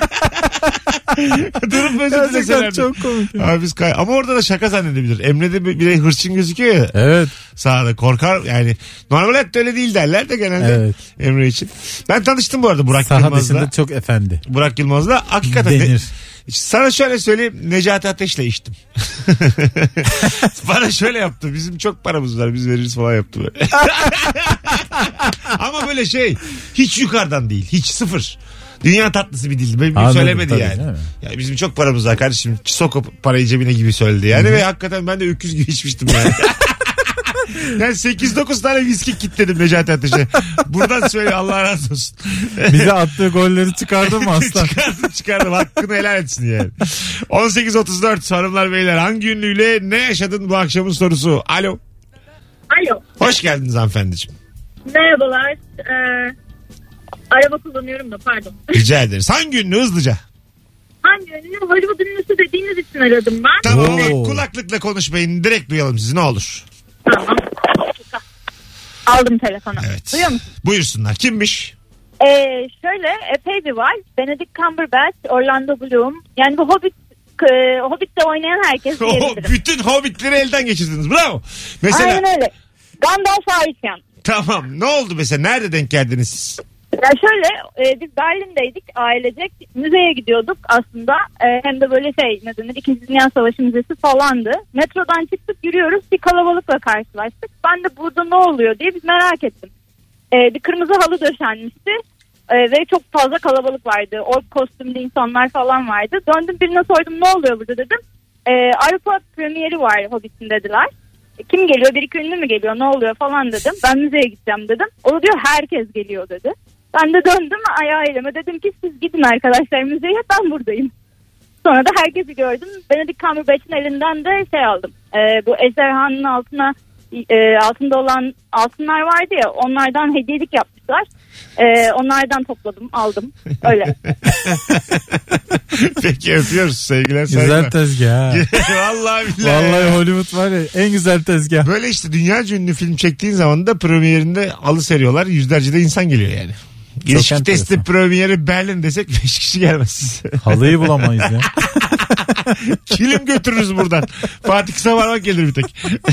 Durup özür Gerçekten dileselerdi. çok komik. Abi biz kay- Ama orada da şaka zannedebilir. Emre'de bir, bir de hırçın gözüküyor ya. Evet. Sağda korkar yani. Normal hayatta öyle değil derler de genelde Evet. Emre için. Ben tanıştım bu arada Burak Saha Yılmaz'la. dışında çok efendi. Burak Yılmaz'la. Hakikaten Denir. de, sana şöyle söyleyeyim, Necati Ateş'le içtim. Bana şöyle yaptı. Bizim çok paramız var, biz veririz falan yaptı böyle. Ama böyle şey, hiç yukarıdan değil, hiç sıfır. Dünya tatlısı bir dildi. Benim Anladım, söylemedi tabii, yani. değil mi? Yani bizim çok paramız var kardeşim. Sok parayı cebine gibi söyledi yani. Hı-hı. Ve hakikaten ben de öküz gibi içmiştim yani. Yani sekiz dokuz tane viski kitledim Necati Ateş'e. Buradan söyle, Allah razı olsun. Bize attığı golleri çıkardın mı aslan? çıkardım çıkardım. Hakkını helal etsin yani. on sekiz otuz dört hanımlar beyler, hangi ünlüyle ne yaşadın bu akşamın sorusu. Alo. Alo. Hoş geldiniz hanımefendiciğim. Merhabalar. Ee, araba kullanıyorum da pardon. Rica ederiz. Hangi ünlü, hızlıca? Hangi ünlü? Hollywood ünlüsü dediğiniz için aradım ben. Tamam ama Oo. kulaklıkla konuşmayın. Direkt duyalım sizi, ne olur. Tamam. Aldım telefonu. Evet. Duyuyor musun? Buyursunlar. Kimmiş? Ee, şöyle epey bir var. Benedict Cumberbatch, Orlando Bloom. Yani bu Hobbit e, Hobbit'te oynayan herkes O, diyebilirim. bütün hobbitleri elden geçirdiniz. Bravo. Mesela Aynen öyle. Gandalf hariçken. tamam, ne oldu mesela? Nerede denk geldiniz siz? Ya şöyle e, biz Berlin'deydik ailecek, müzeye gidiyorduk aslında. E, hem de böyle şey ne denir, İkinci Dünya Savaşı Müzesi falandı. Metrodan çıktık, yürüyoruz, bir kalabalıkla karşılaştık. Ben de burada ne oluyor diye biz merak ettim. E, bir kırmızı halı döşenmişti e, ve çok fazla kalabalık vardı. Ork kostümlü insanlar falan vardı. Döndüm birine sordum, ne oluyor burada dedim. E, Avrupa premieri var Hobbit'in dediler. E, kim geliyor, bir iki ünlü mü geliyor, ne oluyor falan dedim. Ben müzeye gideceğim dedim. O da diyor herkes geliyor dedi. Ben de döndüm ayağı elime, dedim ki siz gidin arkadaşlar müzeye, ben buradayım. Sonra da herkesi gördüm. Benedict Cumberbatch'in elinden de şey aldım. Ee, bu ejderhanın altına e, altında olan altınlar vardı ya, onlardan hediyelik yapmışlar. E, onlardan topladım, aldım. Öyle. Peki öpüyoruz sevgiler. Güzel saygılar. tezgah. Vallahi billahi. Vallahi Hollywood var ya en güzel tezgah. Böyle işte dünyaca ünlü film çektiğin zaman da premierinde alı seriyorlar. Yüzlerce de insan geliyor yani. İlişki enteresan. testi premieri Berlin desek beş kişi gelmez. Halıyı bulamayız ya. Kilim götürürüz buradan. Fatih Kısavarmak gelir bir tek.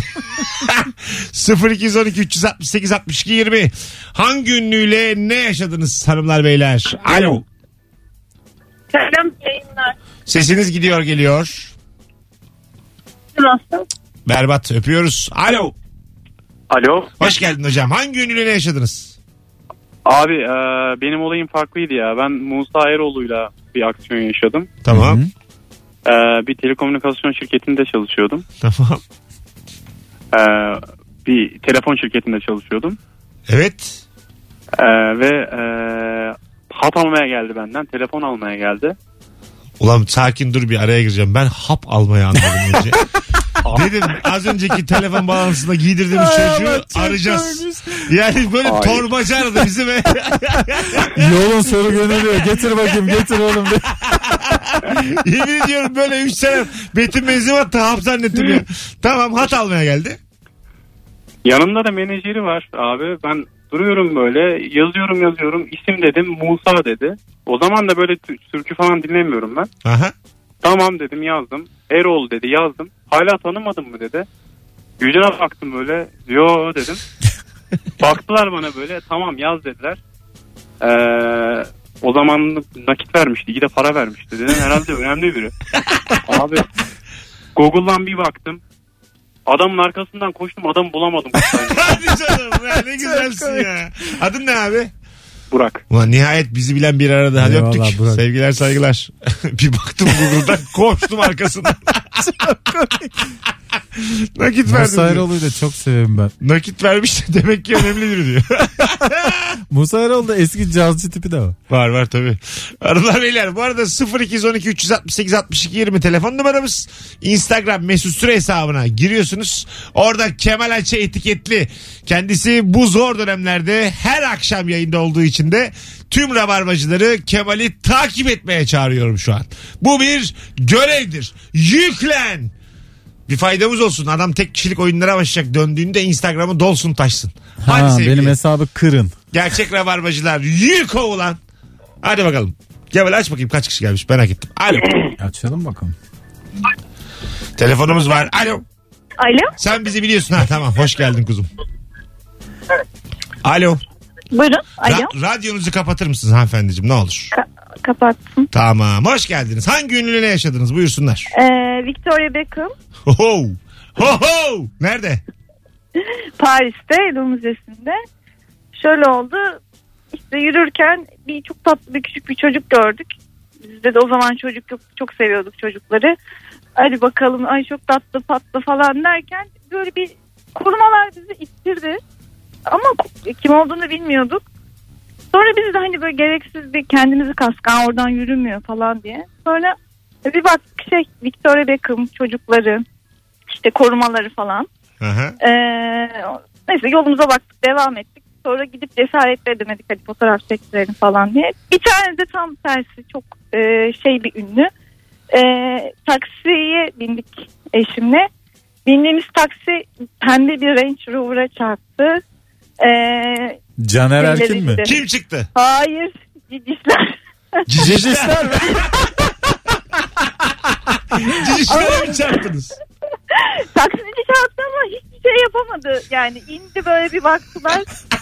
sıfır iki on iki üç altı sekiz altmış iki yirmi. Hangi ünlüyle ne yaşadınız hanımlar beyler? Alo. Selam yayınlar. Sesiniz gidiyor geliyor. Nasıl? Berbat öpüyoruz. Alo. Alo. Hoş geldin hocam. Hangi ünlüyle ne yaşadınız? Abi e, benim olayım farklıydı ya. Ben Musa Eroğlu'yla bir aksiyon yaşadım. Tamam. E, bir telekomünikasyon şirketinde çalışıyordum. Tamam. E, bir telefon şirketinde çalışıyordum. Evet. E, ve e, hat almaya geldi benden. Telefon almaya geldi. Ulan sakin dur bir araya gireceğim. Ben hap almayı anladım önce. Dedim az önceki telefon bağlantısında giydirdiğimiz çocuğu arayacağız. Yani böyle Ay. torbacı aradı bizi ve Yolun soru gönderiliyor. Getir bakayım getir oğlum. yemin ediyorum böyle üç sene Betim benzin attı hap zannettim ya. Tamam hat almaya geldi. Yanımda da menajeri var abi. Ben duruyorum böyle yazıyorum yazıyorum. İsim dedim Musa dedi. O zaman da böyle türkü falan dinlemiyorum ben. Aha. Tamam dedim yazdım. Erol dedi yazdım. Hala tanımadın mı dedi. Yüzüne baktım böyle. Yo dedim. Baktılar bana böyle. Tamam yaz dediler. Ee, o zaman nakit vermişti. İyi de para vermişti. Dedim herhalde önemli biri. Abi Google'dan bir baktım. Adamın arkasından koştum. Adamı bulamadım. Hadi canım ya ne güzelsin ya. Adın ne abi? Burak. Ulan nihayet bizi bilen bir arada. Hadi Eyvallah, öptük. Burak. Sevgiler saygılar. Bir baktım Google'dan koştum arkasından. Nakit verdim Musa diyor. Eroğlu'yu da çok seviyorum ben. Nakit vermiş de demek ki önemli biri diyor. Musa Eroğlu'da eski cazcı tipi de var. Var var tabii. Hanımlar beyler bu arada sıfır iki on iki üç altı sekiz altmış iki yirmi telefon numaramız. Instagram Mesut Süre hesabına giriyorsunuz. Orada Kemal Ayça etiketli. Kendisi bu zor dönemlerde her akşam yayında olduğu için de tüm rabarbacıları Kemal'i takip etmeye çağırıyorum şu an. Bu bir görevdir. Yüklen. Bir faydamız olsun. Adam tek kişilik oyunlara başlayacak. Döndüğünde Instagram'ı dolsun taşsın. Hadi Ha, sevgili. benim hesabı kırın. Gerçek rabarbacılar yük o ulan. Hadi bakalım. Kemal aç bakayım kaç kişi gelmiş merak ettim. Alo. Açalım bakalım. Telefonumuz var. Alo. Alo. Sen bizi biliyorsun ha tamam. Hoş geldin kuzum. Alo. Buyurun. Alo. Ra- radyonuzu kapatır mısınız hanımefendiciğim ne olur? Ka- kapattım. Tamam. Hoş geldiniz. Hangi ünlüyle ne yaşadınız? Buyursunlar. Ee, Victoria Beckham. Ho ho. Ho ho. Nerede? Paris'te Louvre Müzesi'nde. Şöyle oldu. İşte yürürken bir çok tatlı bir küçük bir çocuk gördük. Bizde de o zaman çocuk yok. Çok seviyorduk çocukları. Hadi bakalım ay çok tatlı patlı falan derken böyle bir korumalar bizi ittirdi. Ama kim olduğunu bilmiyorduk. Sonra biz de hani böyle gereksiz bir kendimizi kaskan oradan yürümüyor falan diye. Sonra bir baktık şey Victoria Beckham çocukları işte korumaları falan. Aha. Ee, neyse yolumuza baktık devam ettik. Sonra gidip cesaretle edemedik hadi fotoğraf çektirelim falan diye. Bir tane de tam tersi çok e, şey bir ünlü. E, taksiye bindik eşimle. Bindiğimiz taksi pembe bir Range Rover'a çarptı. E, Caner Erkin mi? Kim çıktı? Hayır. Cicişler. Cicişler mi? Cicişler'e mi çarptınız? Taksici çarptı ama hiçbir şey yapamadı. Yani indi böyle bir baktılar.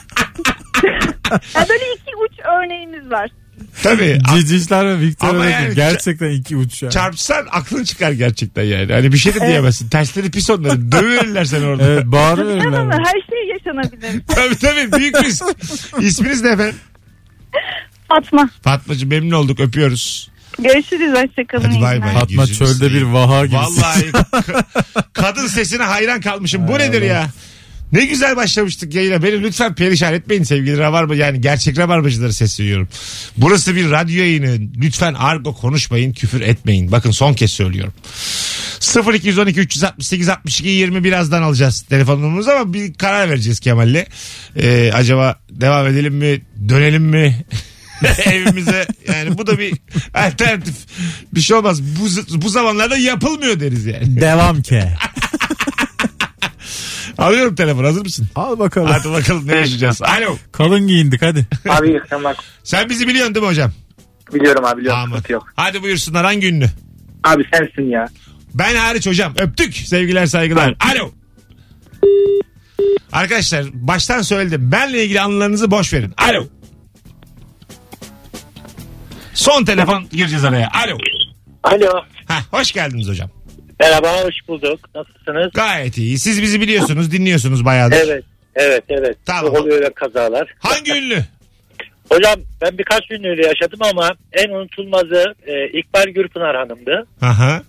Yani böyle iki uç örneğimiz var. Tabii. Cicişler ve Victoria Ama Beckham. yani Gerçekten iki uç ya. Çarpsan aklın çıkar gerçekten yani. Hani bir şey de diyemezsin. Tersleri pis onları. Dövülürler seni orada. Evet bağırıverirler. Ama her şey yaşanabilir. Tabii tabii büyük risk. İsminiz ne efendim? Fatma. Fatmacığım memnun olduk öpüyoruz. Görüşürüz hoşçakalın. Hadi bay bay. Fatma Gözünü çölde bir seveyim. vaha gibisin. Vallahi ka- kadın sesine hayran kalmışım. Bu nedir ya? Ne güzel başlamıştık yayına. Beni lütfen perişan etmeyin sevgili Rabarba. Yani gerçek Rabarbacıları sesleniyorum. Burası bir radyo yayını. Lütfen argo konuşmayın, küfür etmeyin. Bakın son kez söylüyorum. sıfır iki on iki üç altı sekiz altmış iki yirmi birazdan alacağız telefonumuzu ama bir karar vereceğiz Kemal'le. Ee, acaba devam edelim mi? Dönelim mi? Evimize. Yani bu da bir alternatif. Bir şey olmaz. Bu, bu zamanlarda yapılmıyor deriz yani. Devam ki. Alıyorum telefon, hazır mısın? Al bakalım. Hadi bakalım ne yaşayacağız. Alo. Kalın giyindik hadi. Abi iyi akşamlar. Sen bizi biliyorsun değil mi hocam? Biliyorum abi biliyorum. Tamam. Yok. Hadi buyursunlar, hangi ünlü? Abi sensin ya. Ben hariç hocam. Öptük. Sevgiler saygılar. Alo. Arkadaşlar baştan söyledim. Benle ilgili anılarınızı boş verin. Alo. Son telefon, gireceğiz araya. Alo. Alo. Heh, hoş geldiniz hocam. Merhaba, hoş bulduk. Nasılsınız? Gayet iyi. Siz bizi biliyorsunuz, dinliyorsunuz bayağıdır. Evet, evet, evet. Tamam. Çok oluyor öyle kazalar. Hangi ünlü? Hocam ben birkaç ünlüyle yaşadım ama en unutulmazı e, İkbal Gürpınar Hanım'dı. Aha.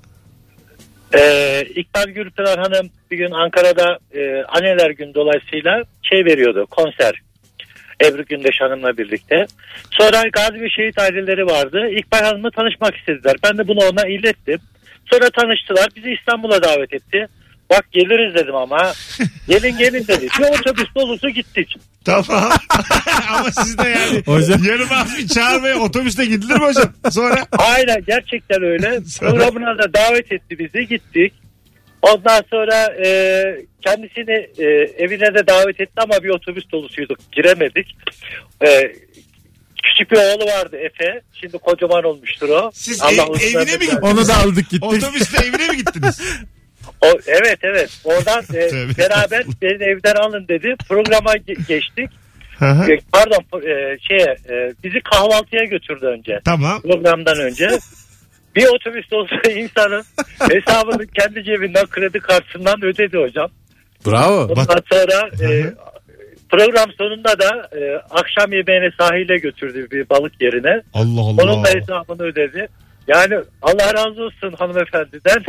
E, İkbal Gürpınar Hanım bir gün Ankara'da e, Anneler Günü dolayısıyla şey veriyordu, konser. Ebru Gündeş Hanım'la birlikte. Sonra gazi ve şehit aileleri vardı. İkbal Hanım'la tanışmak istediler. Ben de bunu ona ilettim. Sonra tanıştılar. Bizi İstanbul'a davet etti. Bak geliriz dedim ama. Gelin gelin dedi. Bir otobüs dolusu gittik. Tamam. Ama siz de yani hocam. yarım az bir çağırmaya otobüste gidilir mi hocam? Sonra? Aynen, gerçekten öyle. Sonra? Programına da davet etti bizi. Gittik. Ondan sonra e, kendisini e, evine de davet etti ama bir otobüs dolusuyduk. Giremedik. E, küçük bir oğlu vardı Efe. Şimdi kocaman olmuştur o. Siz Allah ev, uzun evine ömür mi gittiniz? versin. Onu da aldık gittik. Otobüste evine mi gittiniz? O, evet evet. Oradan e, Tövbe. beraber beni evden alın dedi. Programa ge- geçtik. Aha. E, pardon e, şeye e, bizi kahvaltıya götürdü önce. Tamam. Programdan önce. Bir otobüste olsa insanın hesabını kendi cebinden kredi kartından ödedi hocam. Bravo. Ondan sonra e, program sonunda da e, akşam yemeğine sahile götürdü bir balık yerine. Allah Allah. Onun da hesabını ödedi. Yani Allah razı olsun hanımefendiden.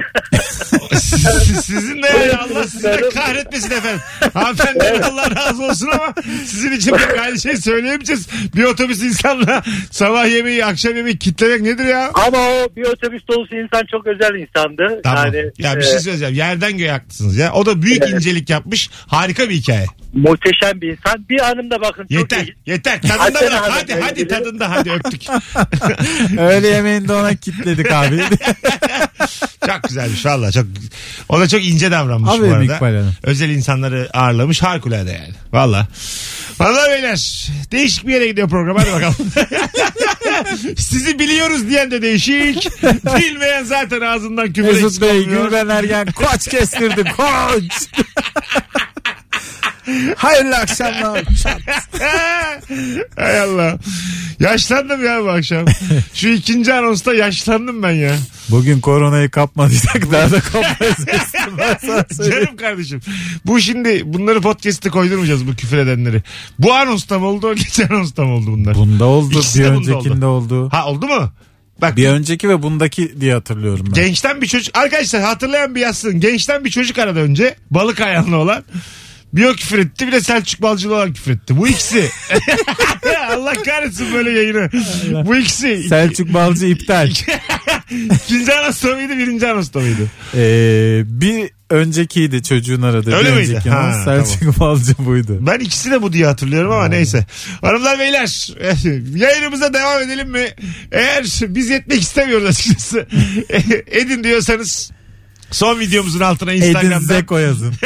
Sizin de yani Allah sizi de kahretmesin efendim. Hanımefendiden evet. Allah razı olsun ama sizin için pek aynı şey söyleyemeyeceğiz. Bir otobüs insanla sabah yemeği akşam yemeği kitlemek nedir ya? Ama o bir otobüs dolusu insan çok özel insandı. Tamam. Yani, ya bir e, şey söyleyeceğim. Yerden göğe haklısınız ya. O da büyük evet. incelik yapmış. Harika bir hikaye. Muhteşem bir insan. Bir hanım da bakın. Yeter. Çok iyi. Yeter. Tadında Hadi, bırak. hadi, Hadi hadi, hadi tadında hadi öptük. Öğle yemeğinde ona kitledik abi. Çok güzelmiş valla. Çok, o da çok ince davranmış abi bu arada. İkbal Özel insanları ağırlamış. Harikulade yani. Valla. Valla beyler. Değişik bir yere gidiyor program. Hadi bakalım. Sizi biliyoruz diyen de değişik. Bilmeyen zaten ağzından küfür eksik Mesut Bey, olmuyor. Gülben Ergen koç kestirdi koç. Hayırlı akşamlar. Hay Allah. Yaşlandım ya bu akşam. Şu ikinci anonsta yaşlandım ben ya. Bugün koronayı kapmadıysak daha da kapmayız. Canım kardeşim. Bu şimdi bunları podcast'te koydurmayacağız bu küfür edenleri. Bu anonsta mı oldu, o geçen anonsta mı oldu bunlar? Bunda oldu. İkisi bir de bunda öncekinde oldu. oldu. Ha oldu mu? Bak, bir önceki ve bundaki diye hatırlıyorum ben. Gençten bir çocuk. Arkadaşlar hatırlayan bir yazsın. Gençten bir çocuk aradı önce. Balık ayağında olan. Bir o küfür etti, bir de Selçuk Balcılı olan küfür etti. Bu ikisi. Allah kahretsin böyle yayını. Allah. Bu ikisi. Selçuk Balcı iptal. İkinci anonsta mıydı, birinci anonsta mıydı? Ee, bir öncekiydi çocuğun aradığı. Öyle bir miydi? Önceki Ha, Selçuk tamam. Balcı buydu. Ben ikisi de bu diye hatırlıyorum ama ha. neyse. Hanımlar beyler yayınımıza devam edelim mi? Eğer biz yetmek istemiyoruz açıkçası. Edin diyorsanız son videomuzun altına Instagram'da. Edin Zeko yazın.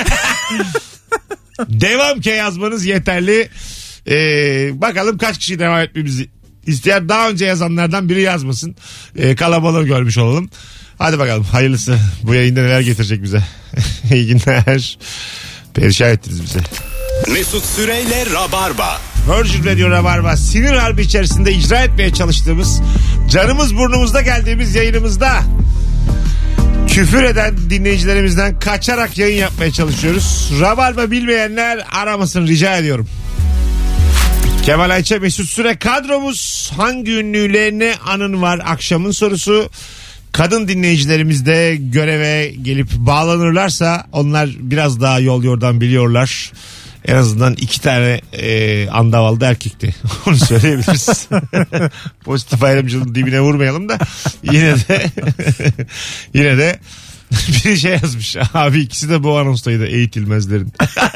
Devam ki yazmanız yeterli. Ee, bakalım kaç kişi devam etmemizi isteyen. Daha önce yazanlardan biri yazmasın. Ee, kalabalığı görmüş olalım. Hadi bakalım hayırlısı. Bu yayında neler getirecek bize. İyi günler. Perişan ettiniz bize. Mesut Süreyle Rabarba. Virgin Radio Rabarba. Sinir harbi içerisinde icra etmeye çalıştığımız, canımız burnumuzda geldiğimiz yayınımızda küfür eden dinleyicilerimizden kaçarak yayın yapmaya çalışıyoruz. Rabarba bilmeyenler aramasın rica ediyorum. Kemal Ayça, Mesut Süre kadromuz. Hangi ünlüyle ne anın var akşamın sorusu. Kadın dinleyicilerimiz de göreve gelip bağlanırlarsa onlar biraz daha yol yordan biliyorlar. En azından iki tane e, andavalda erkekti. Onu söyleyebiliriz. Pozitif ayrımcılığın dibine vurmayalım da yine de yine de biri şey yazmış. Abi ikisi de bu anonstaydı, eğitilmezlerin.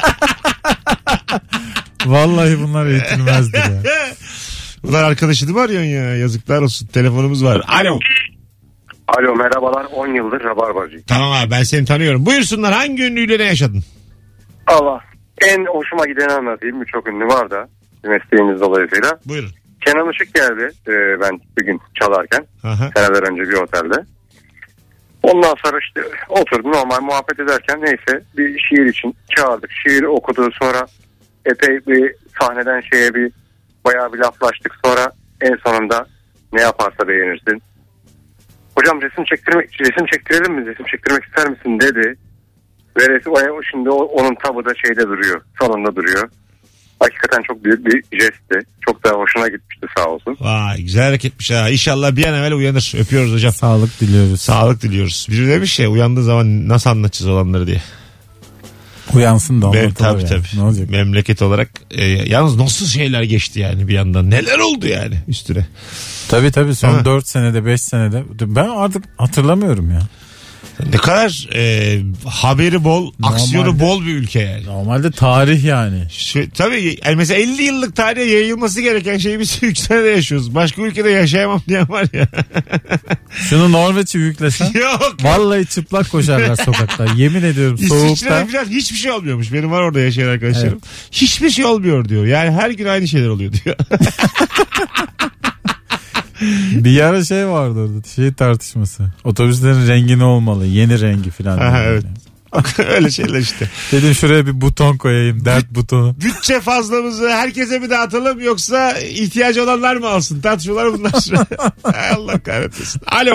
Vallahi bunlar eğitilmezdi ya. Bunlar arkadaşını mı arıyorsun ya? Yazıklar olsun. Telefonumuz var. Alo. Alo merhabalar, on yıldır Rabarbacıyım. Tamam abi, ben seni tanıyorum. Buyursunlar, hangi ünlüyle ne yaşadın? Allah, en hoşuma gideni anlatayım. Birçok ünlü var da mesleğimiz dolayısıyla. Buyurun. Kenan Işık geldi ee, ben bir gün çalarken. Aha. Seneler önce bir otelde. Ondan sonra işte oturdum normal muhabbet ederken neyse bir şiir için çağırdık. Şiir okudu, sonra epey bir sahneden şeye bir bayağı bir laflaştık. Sonra en sonunda ne yaparsa beğenirsin. Hocam resim çektirmek, resim çektirelim mi? Resim çektirmek ister misin dedi. Ve resim, şimdi onun tabı da şeyde duruyor. Salonda duruyor. Hakikaten çok büyük bir jestti. Çok da hoşuna gitmişti sağ olsun. Vay, güzel hareketmiş ha. İnşallah bir an evvel uyanır. Öpüyoruz hocam. Sağlık diliyoruz. Sağlık diliyoruz. Biri demiş ya, uyandığı zaman nasıl anlatacağız olanları diye. Uyansın da anlatılır. Tabii yani. tabii. Ne olacak? Memleket olarak e, yalnız nasıl şeyler geçti yani bir yandan. Neler oldu yani üstüne. Tabii tabii, son dört senede beş senede. Ben artık hatırlamıyorum ya. Ne kadar e, haberi bol, normalde, aksiyonu bol bir ülke yani. Normalde tarih yani. Şu, tabii yani mesela elli yıllık tarihe yayılması gereken şeyi biz üç senede yaşıyoruz. Başka ülkede yaşayamam diyen var ya. Şunu Norveç'i yüklesen. Yok. Vallahi çıplak koşarlar sokakta. Yemin ediyorum soğukta. İsviçre'de falan hiçbir şey olmuyormuş. Benim var orada yaşayan arkadaşlarım. Evet. Hiçbir şey olmuyor diyor. Yani her gün aynı şeyler oluyor diyor. Bir ara şey vardı orada, şey tartışması. Otobüslerin rengi ne olmalı? Yeni rengi falan. Aha, evet. Öyle şeyler işte. Dedim şuraya bir buton koyayım, dert Büt, butonu. Bütçe fazlamızı herkese mi dağıtalım yoksa ihtiyacı olanlar mı alsın? Tartışmalar bunlar. Allah kahretmesin. Alo.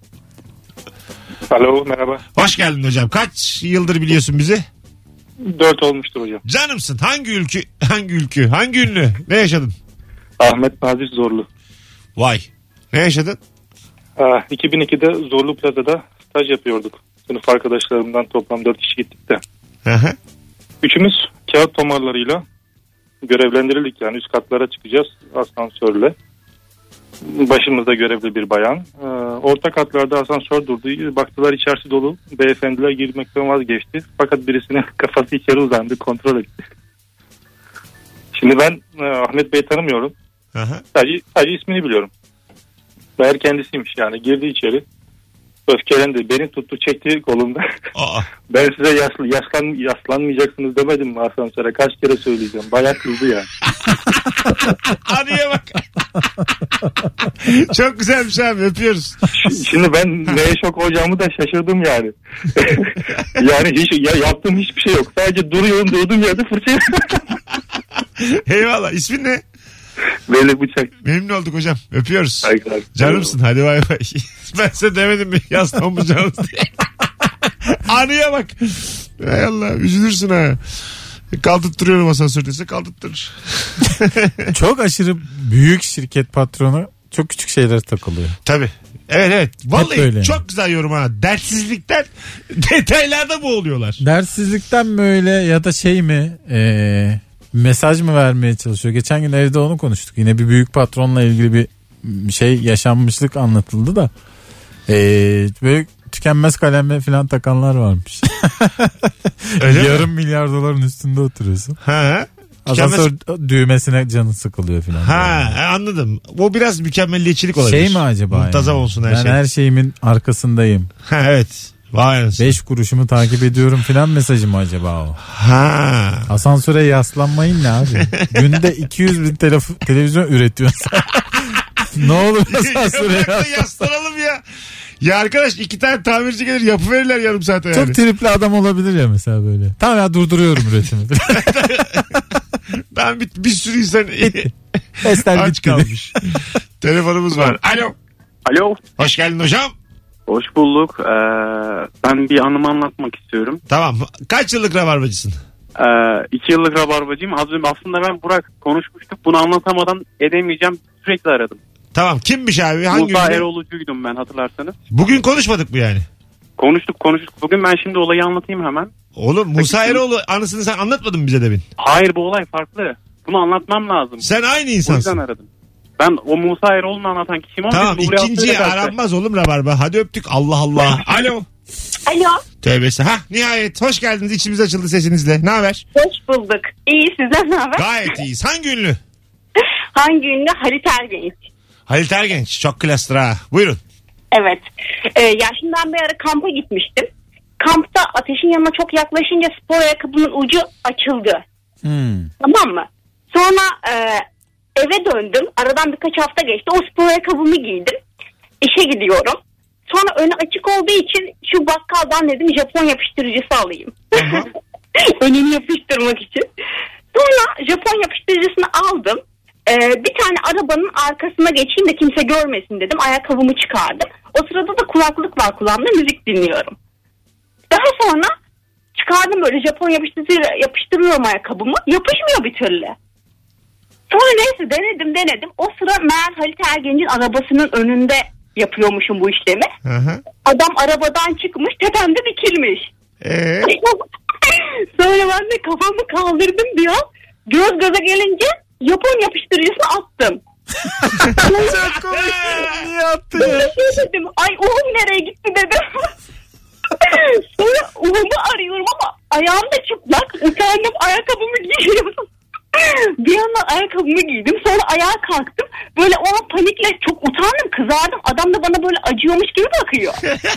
Alo, merhaba. Hoş geldin hocam. Kaç yıldır biliyorsun bizi? Dört olmuştur hocam. Canımsın. Hangi ülkü? Hangi ülkü? Hangi ünlü? Ne yaşadın? Ahmet Nazif Zorlu. Vay. Ne yaşadın? Aa, iki bin ikide Zorlu Plaza'da staj yapıyorduk. Sınıf arkadaşlarımdan toplam dört kişi gittik de. Aha. Üçümüz kağıt tomarlarıyla görevlendirildik, yani üst katlara çıkacağız asansörle. Başımızda görevli bir bayan. Ee, orta katlarda asansör durdu. Baktılar içerisi dolu. Beyefendiler girmekten vazgeçti. Fakat birisinin kafası içeri uzandı. Kontrol etti. Şimdi ben e, Ahmet Bey'i tanımıyorum. Aha. Sadece, sadece ismini biliyorum. Meğer kendisiymiş yani. Girdi içeri. Öfkelendi. Beni tuttu, çekti kolumda. Ben size yaslı, yaslan, yaslanmayacaksınız demedim mi asansöre? Kaç kere söyleyeceğim. Bayağı kızdı yani. Anıya bak. Çok güzelmiş abi, öpüyoruz. Şimdi ben neye şok olacağımı da şaşırdım yani. Yani hiç, ya yaptığım hiçbir şey yok. Sadece duruyorum, durduğum yerde fırça. Eyvallah. İsmin ne? Böyle bıçak. Memnun olduk hocam. Öpüyoruz. Saygılar. Canımsın. Hadi bay bay. Ben size demedim mi yaslanmayacağınız diye. Anıya bak. Hay Allah, üzülürsün ha. Kaldırttırıyorum asansördeyse kaldırttırır. Çok aşırı büyük şirket patronu çok küçük şeyler takılıyor. Tabii. Evet evet. Vallahi çok güzel yorum ha. Dertsizlikten detaylarda boğuluyorlar. Dertsizlikten mi öyle ya da şey mi? Eee... mesaj mı vermeye çalışıyor? Geçen gün evde onu konuştuk. Yine bir büyük patronla ilgili bir şey yaşanmışlık anlatıldı da. Ee, böyle tükenmez kalemle falan takanlar varmış. Yarım mi? milyar doların üstünde oturuyorsun. Ha. Asansör düğmesine canın sıkılıyor falan. Ha yani. Anladım. O biraz mükemmelliyetçilik olabilir. Şey mi acaba? Muntazam yani? olsun her ben şey. Ben her şeyimin arkasındayım. Ha evet. Vay anasını. Beş kuruşumu takip ediyorum filan mesajı mı acaba o? Ha. Asansöre yaslanmayın ne abi? Günde iki yüz bin telef- televizyon üretiyorsun. Ne olur asansöre yaslan. Yaslanalım ya. Ya arkadaş iki tane tamirci gelir yapıverirler yarım saate yani. Çok tripli adam olabilir ya mesela böyle. Tamam ya durduruyorum üretimi. Ben bir, bir sürü insan aç kalmış. Telefonumuz var. Alo. Alo. Hoş geldin hocam. Hoş bulduk. Ee, ben bir anımı anlatmak istiyorum. Tamam. Kaç yıllık rabarbacısın? Ee, iki yıllık rabarbacıyım. Az önce aslında ben Burak konuşmuştuk. Bunu anlatamadan edemeyeceğim. Sürekli aradım. Tamam. Kimmiş abi? Hangi Musa Eroğlu'cuydum ben, hatırlarsanız. Bugün konuşmadık mı yani? Konuştuk konuştuk. Bugün ben şimdi olayı anlatayım hemen. Oğlum Musa Eroğlu anısını sen anlatmadın mı bize demin? Hayır, bu olay farklı. Bunu anlatmam lazım. Sen aynı O insansın. yüzden aradım. Ben o Musa Eroğlu'nu anlatan kişiyim ama Tamam, biz Nuri ikinciye Altuğ'yla karşı- aranmaz oğlum Rabarba. Hadi öptük. Allah Allah. Alo. Alo. Tövbesi. Hah, nihayet hoş geldiniz. İçimiz açıldı sesinizle. Ne haber? Hoş bulduk. İyi, sizden ne haber? Gayet iyiyiz. Hangi ünlü? Hangi ünlü? Halit Ergenç. Halit Ergenç. Çok klastır ha. Buyurun. Evet. Ee, ya şimdi ben bir ara kampa gitmiştim. Kampta ateşin yanına çok yaklaşınca spor ayakkabımın ucu açıldı. Hmm. Tamam mı? Sonra e, eve döndüm. Aradan birkaç hafta geçti. O spor ayakkabımı giydim. İşe gidiyorum. Sonra önü açık olduğu için şu bakkaldan dedim Japon yapıştırıcısı alayım. Önünü yapıştırmak için. Sonra Japon yapıştırıcısını aldım. Ee, bir tane arabanın arkasına geçeyim de kimse görmesin dedim. Ayakkabımı çıkardım. O sırada da kulaklık var kulağımda, müzik dinliyorum. Daha sonra çıkardım böyle Japon yapıştırıcıyla yapıştırıyorum ayakkabımı. Yapışmıyor bir türlü. Sonra neyse denedim denedim. O sıra meğer Halit Ergenç'in arabasının önünde yapıyormuşum bu işlemi. Aha. Adam arabadan çıkmış, tepemde dikilmiş. Ee? Sonra ben de kafamı kaldırdım diyor. Göz göze gelince Japon yapıştırıcısını attım. Çok komik. Niye attın ya? Şey dedim, ay Uğum nereye gitti dedim. Sonra Uğum'u arıyorum ama ayağım da çıplak. Utandım, ayakkabımı giyiyorum. Bir yandan ayakkabımı giydim. Sonra ayağa kalktım. Böyle o an panikle çok utandım, kızardım. Adam da bana böyle acıyormuş gibi bakıyor.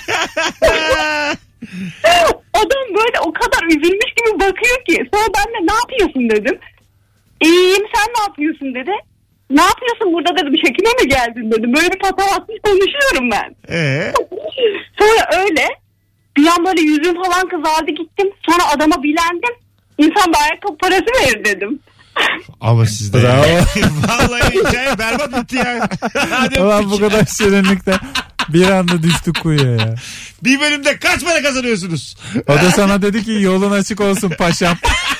Adam böyle o kadar üzülmüş gibi bakıyor ki. Sonra ben de ne yapıyorsun dedim. İyiyim, sen ne yapıyorsun dedi. Ne yapıyorsun burada dedim, çekime mi geldin dedim. Böyle bir patavatsız konuşuyorum ben. Ee? Sonra öyle bir an böyle yüzüm falan kızardı, gittim. Sonra adama bilendim. İnsan bir ayakkabı parası verir dedim. Ama sizde. Bravo. Vallahi hikaye berbat bitti ya. Hadi Ulan bu kadar şirinlikte bir anda düştük kuyuya ya. bir bölümde kaç para kazanıyorsunuz? O da sana dedi ki yolun açık olsun paşam.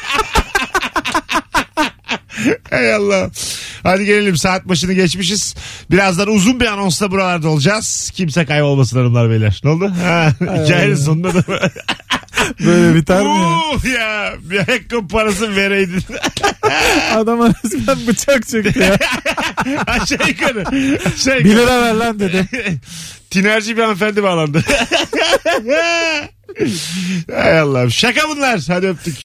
Hay Allah. Hadi gelelim, saat başını geçmişiz. Birazdan uzun bir anonsla buralarda olacağız. Kimse kaybolmasın hanımlar beyler. Ne oldu? Ha, hikayenin sonunda da böyle biter mi ya? Uh ya, bir ayakkabı parası vereydin. Adama resmen bıçak çekti ya. Aşağı yukarı. Aşağı yukarı. Bir lira ver lan dedim. Tinerci bir hanımefendi bağlandı. Hay Allah'ım, şaka bunlar. Hadi öptük.